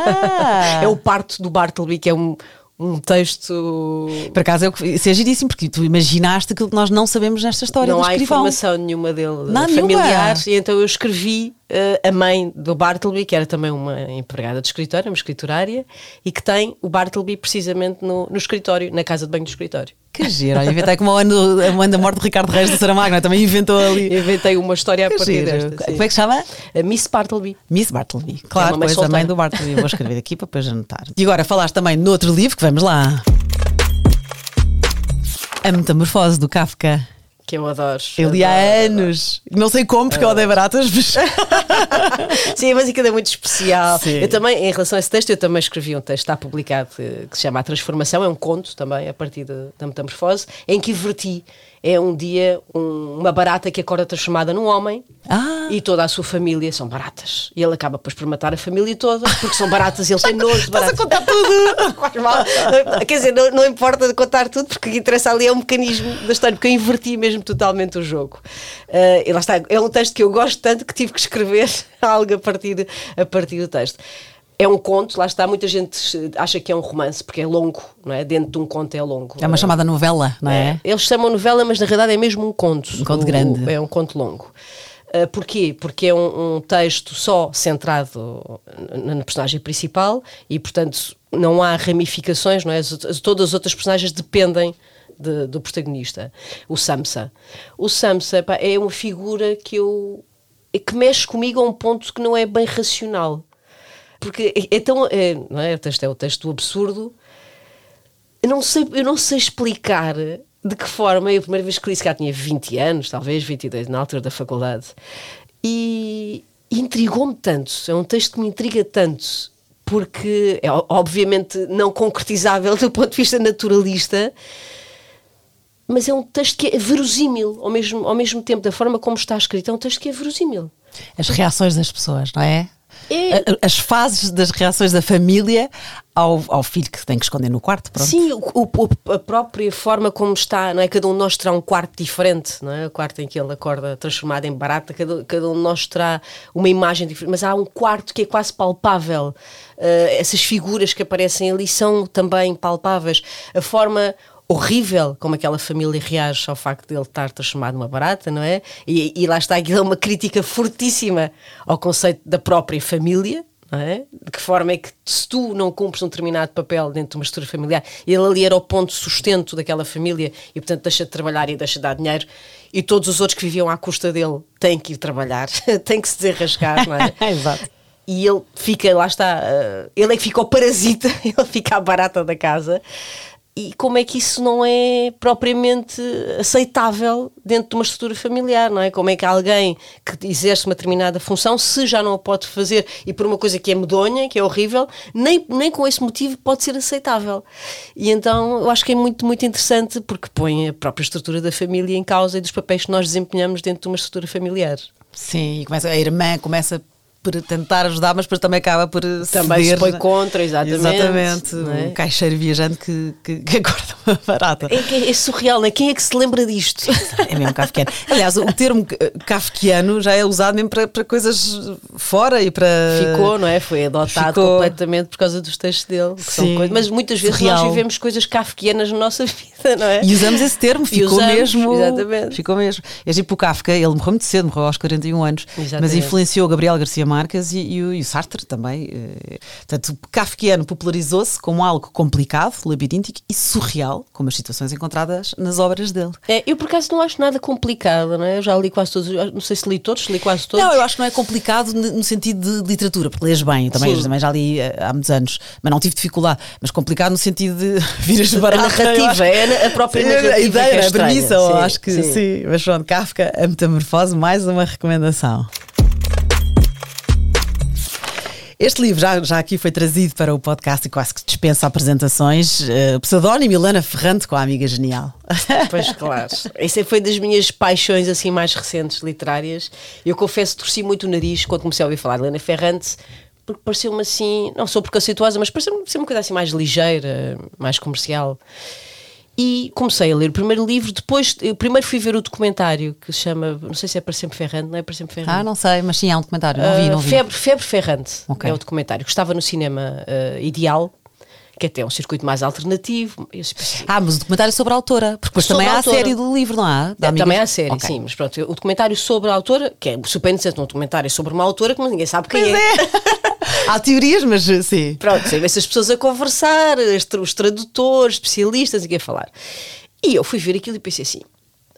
É o parto do Bartleby, que é um texto... Por acaso isso é giríssimo, porque tu imaginaste aquilo que nós não sabemos nesta história não do Não escrivão. há informação nenhuma dele Não, familiar, nenhuma. e então eu escrevi a mãe do Bartleby, que era também uma empregada de escritório, uma escriturária, e que tem o Bartleby precisamente no escritório, na casa de banho do escritório. Que giro, olha, inventei como a ano da morte de Ricardo Reis do Saramago, também inventou ali. Inventei uma história a partir desta. Como é que chama? A Miss Bartleby. Miss Bartleby, claro, mãe pois solteira. a mãe do Bartleby, vou escrever aqui para depois anotar. E agora falaste também noutro livro, que vamos lá. A Metamorfose, do Kafka. Que eu adoro. Eu li há anos. Não sei como, porque eu odeio baratas, mas... Sim, mas aquilo é muito especial. Sim. Eu também, em relação a esse texto, eu também escrevi um texto, está publicado, que se chama A Transformação, é um conto também, a partir da Metamorfose, em que inverti. É um dia uma barata que acorda transformada num homem e toda a sua família são baratas. E ele acaba depois por matar a família toda, porque são baratas e ele tem nojo de baratas. Estás a contar tudo! Faz mal. Quer dizer, não importa de contar tudo, porque o que interessa ali é o mecanismo da história, porque eu inverti mesmo totalmente o jogo. E lá está, é um texto que eu gosto tanto que tive que escrever algo a partir do texto. É um conto, lá está, muita gente acha que é um romance, porque é longo, não é? Dentro de um conto é longo. É uma chamada novela, não é? Eles chamam novela, mas na realidade é mesmo um conto. Um conto grande. É um conto longo. Porquê? Porque é um texto só centrado na personagem principal e, portanto, não há ramificações, não é? Todas as outras personagens dependem do protagonista, o Samsa. O Samsa, pá, é uma figura que mexe comigo a um ponto que não é bem racional. Porque não é? O texto do absurdo. Eu não sei explicar de que forma. Eu a primeira vez que li, se calhar tinha 20 anos, talvez 22, na altura da faculdade, e intrigou-me tanto. É um texto que me intriga tanto, porque é obviamente não concretizável do ponto de vista naturalista, mas é um texto que é verossímil ao mesmo tempo, da forma como está escrito. É um texto que é verossímil. As reações das pessoas, não é? As fases das reações da família ao filho que tem que esconder no quarto, pronto. Sim, a própria forma como está, não é? Cada um de nós terá um quarto diferente, não é? O quarto em que ele acorda transformado em barata, cada um de nós terá uma imagem diferente, mas há um quarto que é quase palpável. Essas figuras que aparecem ali são também palpáveis. A forma horrível como aquela família reage ao facto de ele estar transformado numa barata, não é? E lá está, aquilo é uma crítica fortíssima ao conceito da própria família, não é? De que forma é que se tu não cumpres um determinado papel dentro de uma estrutura familiar, ele ali era o ponto de sustento daquela família e portanto deixa de trabalhar e deixa de dar dinheiro, e todos os outros que viviam à custa dele têm que ir trabalhar, têm que se desenrascar, não é? Exato. E ele fica, lá está, ele é que fica o parasita, ele fica a barata da casa. E como é que isso não é propriamente aceitável dentro de uma estrutura familiar, não é? Como é que alguém que exerce uma determinada função, se já não a pode fazer e por uma coisa que é medonha, que é horrível, nem com esse motivo pode ser aceitável. E então eu acho que é muito, muito interessante porque põe a própria estrutura da família em causa e dos papéis que nós desempenhamos dentro de uma estrutura familiar. Sim, e a irmã começa por tentar ajudar, mas depois também acaba por também ceder. Se põe contra, exatamente. Um caixeiro viajante que acorda uma barata. É surreal, não é? Quem é que se lembra disto? É mesmo kafkiano. Aliás, o termo kafkiano já é usado mesmo para coisas fora e para... Ficou, não é? Foi adotado completamente por causa dos textos dele. Que são coisas, mas muitas vezes nós vivemos coisas kafkianas na nossa vida, não é? E usamos esse termo, ficou mesmo. Exatamente. Ficou mesmo. É tipo o Kafka, ele morreu muito cedo, morreu aos 41 anos, exatamente. Mas influenciou Gabriel Garcia Marques e o Sartre também. Portanto, o kafkiano popularizou-se como algo complicado, labiríntico e surreal, como as situações encontradas nas obras dele. Eu por acaso não acho nada complicado, não é? Eu já li quase todos, não sei se li todos, li quase todos. Não, eu acho que não é complicado no sentido de literatura, porque lês bem, também já li há muitos anos, mas não tive dificuldade, mas complicado no sentido de viras de barata. A narrativa, é a própria narrativa. A ideia, é a premissa, sim, acho que sim. Mas pronto, Kafka, A Metamorfose, mais uma recomendação. Este livro já aqui foi trazido para o podcast e quase que dispensa apresentações. Pseudónimo Helena Ferrante com a Amiga Genial. Pois claro. Essa foi das minhas paixões assim mais recentes literárias. Eu confesso que torci muito o nariz quando comecei a ouvir falar de Helena Ferrante, porque pareceu-me assim, não sou preconceituosa, mas pareceu-me uma coisa assim mais ligeira, mais comercial. E comecei a ler o primeiro livro, depois eu primeiro fui ver o documentário que se chama, não sei se é Para Sempre Ferrante, não é Para Sempre Ferrante? Não sei, mas sim, é um documentário, não vi. Febre Ferrante, é o documentário, que estava no cinema Ideal, que até é um circuito mais alternativo. Mas o documentário é sobre a autora, porque depois também há a série do livro, não há? Também há a série, sim, mas pronto, o documentário sobre a autora, que é super interessante, um documentário sobre uma autora que ninguém sabe quem é. Há teorias, mas sim. Pronto, você vê essas pessoas a conversar, os tradutores, especialistas e a falar. E eu fui ver aquilo e pensei assim,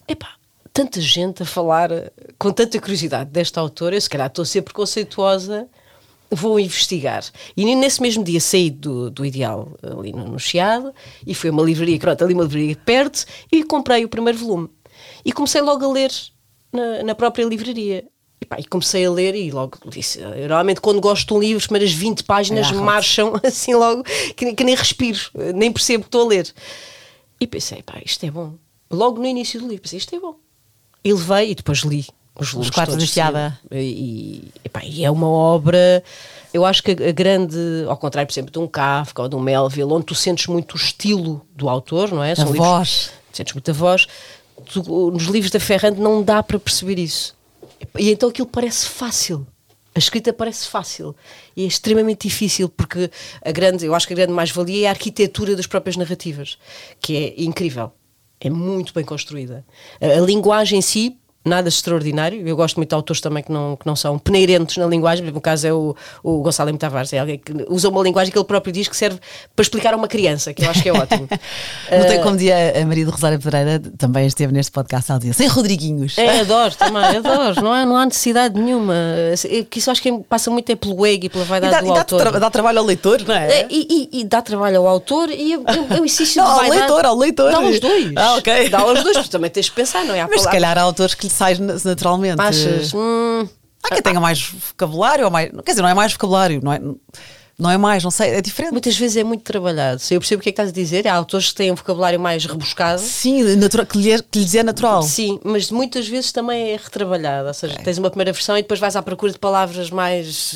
tanta gente a falar com tanta curiosidade desta autora, eu se calhar estou a ser preconceituosa, vou investigar. E nesse mesmo dia saí do Ideal, ali no Chiado, e fui a uma livraria, ali uma livraria perto, e comprei o primeiro volume. E comecei logo a ler na própria livraria. E comecei a ler e logo disse, normalmente quando gosto de um livro, as primeiras 20 páginas marcham assim logo, que nem respiro, nem percebo que estou a ler. E pensei, isto é bom. Logo no início do livro, pensei, isto é bom. E levei e depois li os Quartos da Chiada. E é uma obra, eu acho que a grande, ao contrário, por exemplo, de um Kafka ou de um Melville, onde tu sentes muito o estilo do autor, não é? São voz. Sentes muito a voz. Nos livros da Ferrante não dá para perceber isso. E então aquilo parece fácil. A escrita parece fácil e é extremamente difícil porque eu acho que a grande mais-valia é a arquitetura das próprias narrativas, que é incrível, é muito bem construída. A linguagem em si, nada extraordinário. Eu gosto muito de autores também que não são peneirentos na linguagem. No caso é o Gonçalo M. Tavares, é alguém que usa uma linguagem que ele próprio diz que serve para explicar a uma criança, que eu acho que é ótimo. Não tem como dizia a Maria do Rosário Pedreira, também esteve neste podcast, ela dizia, sem Rodriguinhos. Adoro também, adoro. Não há necessidade nenhuma. Que isso acho que passa muito pelo ego e pela vaidade do autor. Dá trabalho ao leitor, não é? E dá trabalho ao autor e eu insisto ao leitor. Dá aos dois. Ok. Dá aos dois, porque também tens de pensar, não é? Mas se calhar há autores que lhe sai naturalmente. Achas? Há quem tenha mais vocabulário, ou mais, quer dizer, não é mais vocabulário, não é mais, não sei, é diferente. Muitas vezes é muito trabalhado. Eu percebo o que é que estás a dizer. Há autores que têm um vocabulário mais rebuscado. Sim, que lhes é natural. Sim, mas muitas vezes também é retrabalhado. Ou seja, tens uma primeira versão e depois vais à procura de palavras mais...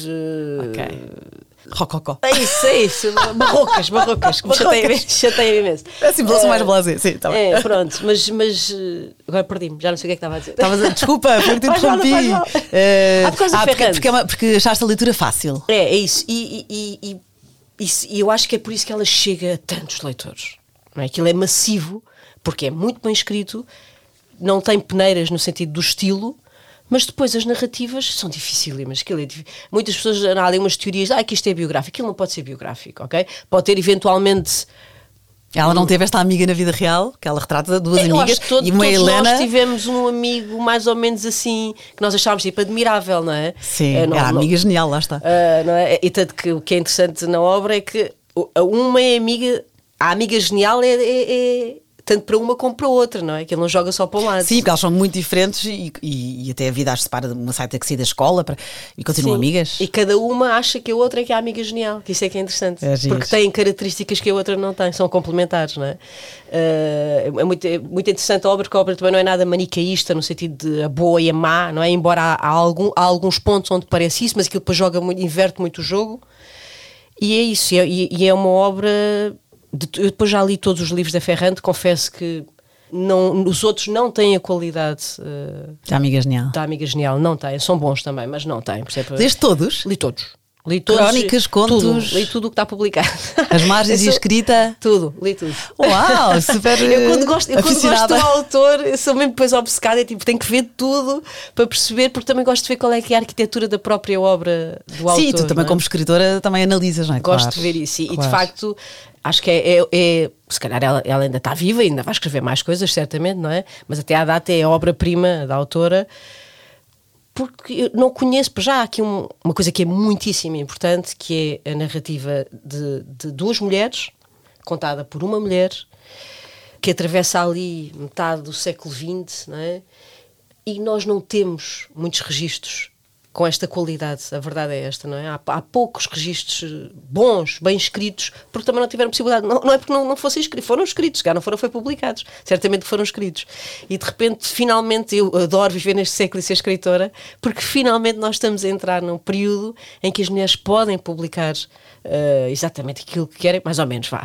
Rococó. É isso. Barrocas. Que me chateia imenso. É assim, sou mais blasé. Sim, tá bem. Pronto, mas agora perdi-me, já não sei o que é que estava a dizer. Desculpa, foi que te interrompi. Por causa do Ferrante. Porque achaste a leitura fácil. É isso. E eu acho que é por isso que ela chega a tantos leitores. Não é? Aquilo é massivo, porque é muito bem escrito, não tem peneiras no sentido do estilo, Mas depois as narrativas são dificílimas. Muitas pessoas há ali umas teorias, que isto é biográfico. Aquilo não pode ser biográfico, ok? Pode ter eventualmente... Ela não teve esta amiga na vida real, que ela retrata duas amigas, e uma Helena... Nós tivemos um amigo mais ou menos assim, que nós achávamos tipo admirável, não é? Sim, era a amiga genial, lá está. Não é? E tanto que o que é interessante na obra é que uma é amiga, a amiga genial é tanto para uma como para outra, não é? Que ele não joga só para um lado. Sim, porque elas são muito diferentes e até a vida as separa de uma saída que sai da escola e continuam amigas. E cada uma acha que a outra é que é a amiga genial, que isso é que é interessante. Porque têm características que a outra não tem, são complementares, não é? É muito interessante a obra, porque a obra também não é nada manicaísta no sentido de a boa e a má, não é? Embora há alguns pontos onde parece isso, mas aquilo depois inverte muito o jogo. E é isso, e é uma obra... Eu depois já li todos os livros da Ferrante, confesso que os outros não têm a qualidade da Amiga Genial. Da Amiga Genial, não têm, são bons também, mas não têm. Leste todos? Li todos. Crónicas, contos? Tudo, li tudo o que está publicado. As margens e escrita? Tudo, li tudo. Uau, super eu quando gosto do autor, eu sou mesmo depois obcecada, tenho que ver tudo para perceber, porque também gosto de ver qual é que é a arquitetura da própria obra do autor. Sim, tu também como escritora também analisas, não é? Gosto de ver isso e de facto... Acho que se calhar ela ainda está viva, ainda vai escrever mais coisas, certamente, não é? Mas até à data é a obra-prima da autora, porque eu não conheço, já há aqui uma coisa que é muitíssimo importante, que é a narrativa de duas mulheres, contada por uma mulher, que atravessa ali metade do século XX, não é? E nós não temos muitos registros com esta qualidade, a verdade é esta, não é? Há poucos registros bons, bem escritos, porque também não tiveram possibilidade, não é porque não fossem escritos, foram escritos, não foi publicados, certamente foram escritos. E de repente, finalmente, eu adoro viver neste século e ser escritora, porque finalmente nós estamos a entrar num período em que as mulheres podem publicar exatamente aquilo que querem, mais ou menos, vá.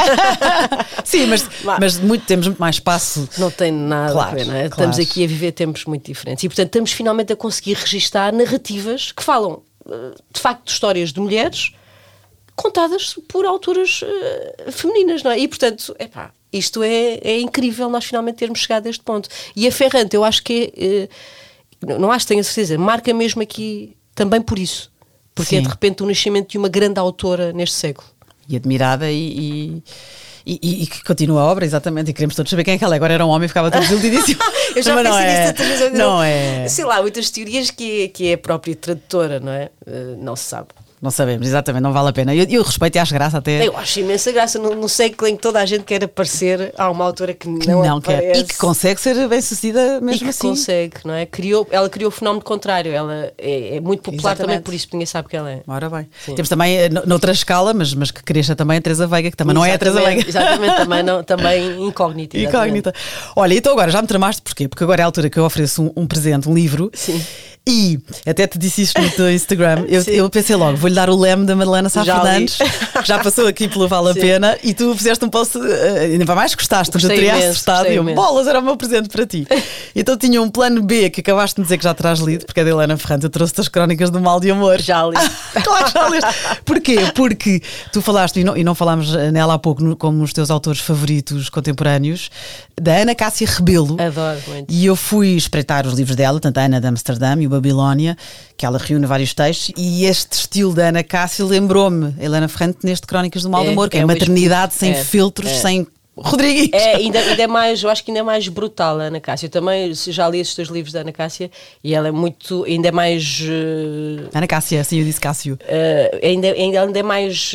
Sim, mas temos muito mais espaço. Não tem nada a ver, não é? Estamos aqui a viver tempos muito diferentes e, portanto, estamos finalmente a conseguir registar narrativas que falam, de facto, de histórias de mulheres contadas por autoras femininas, não é? E, portanto, isto é incrível nós finalmente termos chegado a este ponto. E a Ferrante, eu acho que não acho, tenho a certeza, marca mesmo aqui também por isso. Porque é de repente o nascimento de uma grande autora neste século. E admirada e que continua a obra, exatamente, e queremos todos saber quem é que ela agora era um homem e ficava todo desiludidíssimo. Eu já pensei nisso tantas vezes. Não é. Sei lá, muitas teorias que é a própria tradutora, não é? Não se sabe. Não sabemos, exatamente, não vale a pena. Eu respeito e acho graça até. Eu acho imensa graça. No século em que toda a gente quer aparecer, há uma autora que não aparece. Quer. E que consegue ser bem sucedida mesmo assim. Consegue, não é? Ela criou o fenómeno contrário. Ela é muito popular também, por isso ninguém sabe quem ela é. Ora bem. Sim. Temos também, noutra escala, mas que cresça também a Teresa Veiga, que também não é a Teresa Veiga. Exatamente, também incógnita. Incógnita. Olha, então agora já me tramaste, porquê? Porque agora é a altura que eu ofereço um presente, um livro. Sim. E até te disse isto no teu Instagram. Eu pensei logo, vou-lhe dar o leme da Madalena Sá Fernandes, já passou aqui pelo Vale a Pena, e tu fizeste um post, ainda mais gostaste, já teria acertado, e eu, bolas, era o meu presente para ti. Então tinha um plano B que acabaste de dizer que já terás lido, porque é da Helena Ferrante. Eu trouxe-te as Crónicas do Mal de Amor. Já li. Claro que já leste. Porquê? Porque tu falaste, e não falámos nela há pouco, como os teus autores favoritos contemporâneos, da Ana Cássia Rebelo. Adoro muito. E eu fui espreitar os livros dela, tanto a Ana de Amsterdã e o Babilónia, que ela reúne vários textos, e este estilo da Ana Cássia lembrou-me Helena Ferrante neste Crónicas do Mal de Amor, que é maternidade sem filtros, sem Rodrigues. Ainda é mais, eu acho que ainda é mais brutal a Ana Cássia. Eu também já li esses dois livros da Ana Cássia e ela é muito, ainda é mais... Ana Cássia, sim, eu disse Cássio. Ainda é mais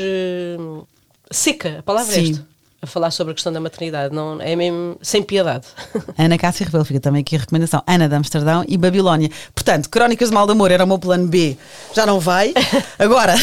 seca, a palavra é esta. A falar sobre a questão da maternidade, não, é mesmo sem piedade. Ana Cássia Rebelo, fica também aqui a recomendação. Ana de Amsterdão e Babilónia. Portanto, Crónicas do Mal de Amor era o meu plano B, já não vai. Agora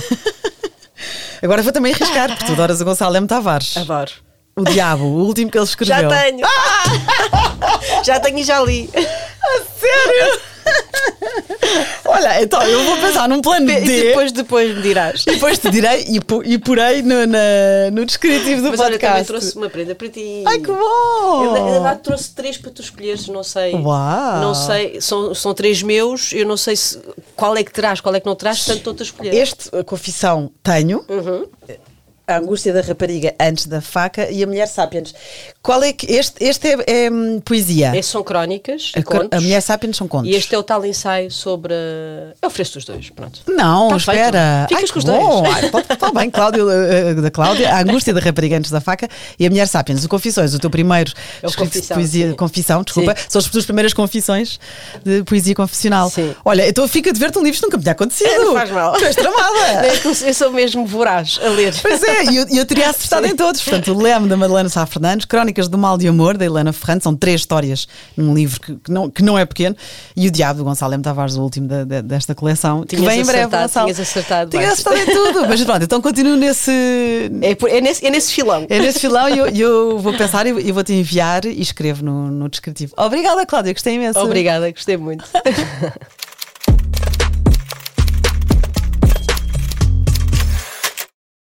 vou também arriscar, porque tu adoras o Gonçalo M. Tavares. Adoro. O Diabo, o último que ele escreveu. Já tenho. Já tenho e já li. A sério? Olha, então eu vou pensar num plano D. Depois me dirás. Depois te direi e porei no descritivo do podcast. Olha, também trouxe uma prenda para ti. Ai, que bom! Eu trouxe 3 para tu escolheres, não sei. Uau! Não sei, são 3 meus, eu não sei qual é que terás, qual é que não terás, portanto estou-te a escolher. Este, a confissão, tenho. A Angústia da Rapariga Antes da Faca e A Mulher Sapiens. Qual é que... Este é poesia? Estes são crónicas e contos. A Mulher Sapiens são contos. E este é o tal ensaio sobre... Eu ofereço os dois, pronto. Não, Tá espera. Ficas com os bom. dois. Está bem, Cláudio, da Cláudia. A Angústia da Rapariga Antes da Faca e A Mulher Sapiens. O Confissões, o teu primeiro escrito de poesia... Sim. Confissão, desculpa. Sim. São as tuas primeiras confissões de poesia confessional. Sim. Olha, então fica de ver-te um livro que nunca me tinha acontecido. Não faz mal. Tu és tramada. Eu sou mesmo voraz a ler. Pois é, e eu teria acertado em todos. Portanto, o Leme, da Madalena Sá Fernandes, Crónicas do Mal de Amor, da Helena Ferrante, são 3 histórias num livro que não é pequeno, e O Diabo, do Gonçalo M. Tavares, o último desta coleção, que vem em breve. Tinhas acertado. Tinha acertado em tudo, mas pronto, então continuo nesse... É nesse filão. É nesse filão e eu vou pensar e vou-te enviar e escrevo no descritivo. Obrigada, Cláudia, gostei imenso. Obrigada, gostei muito.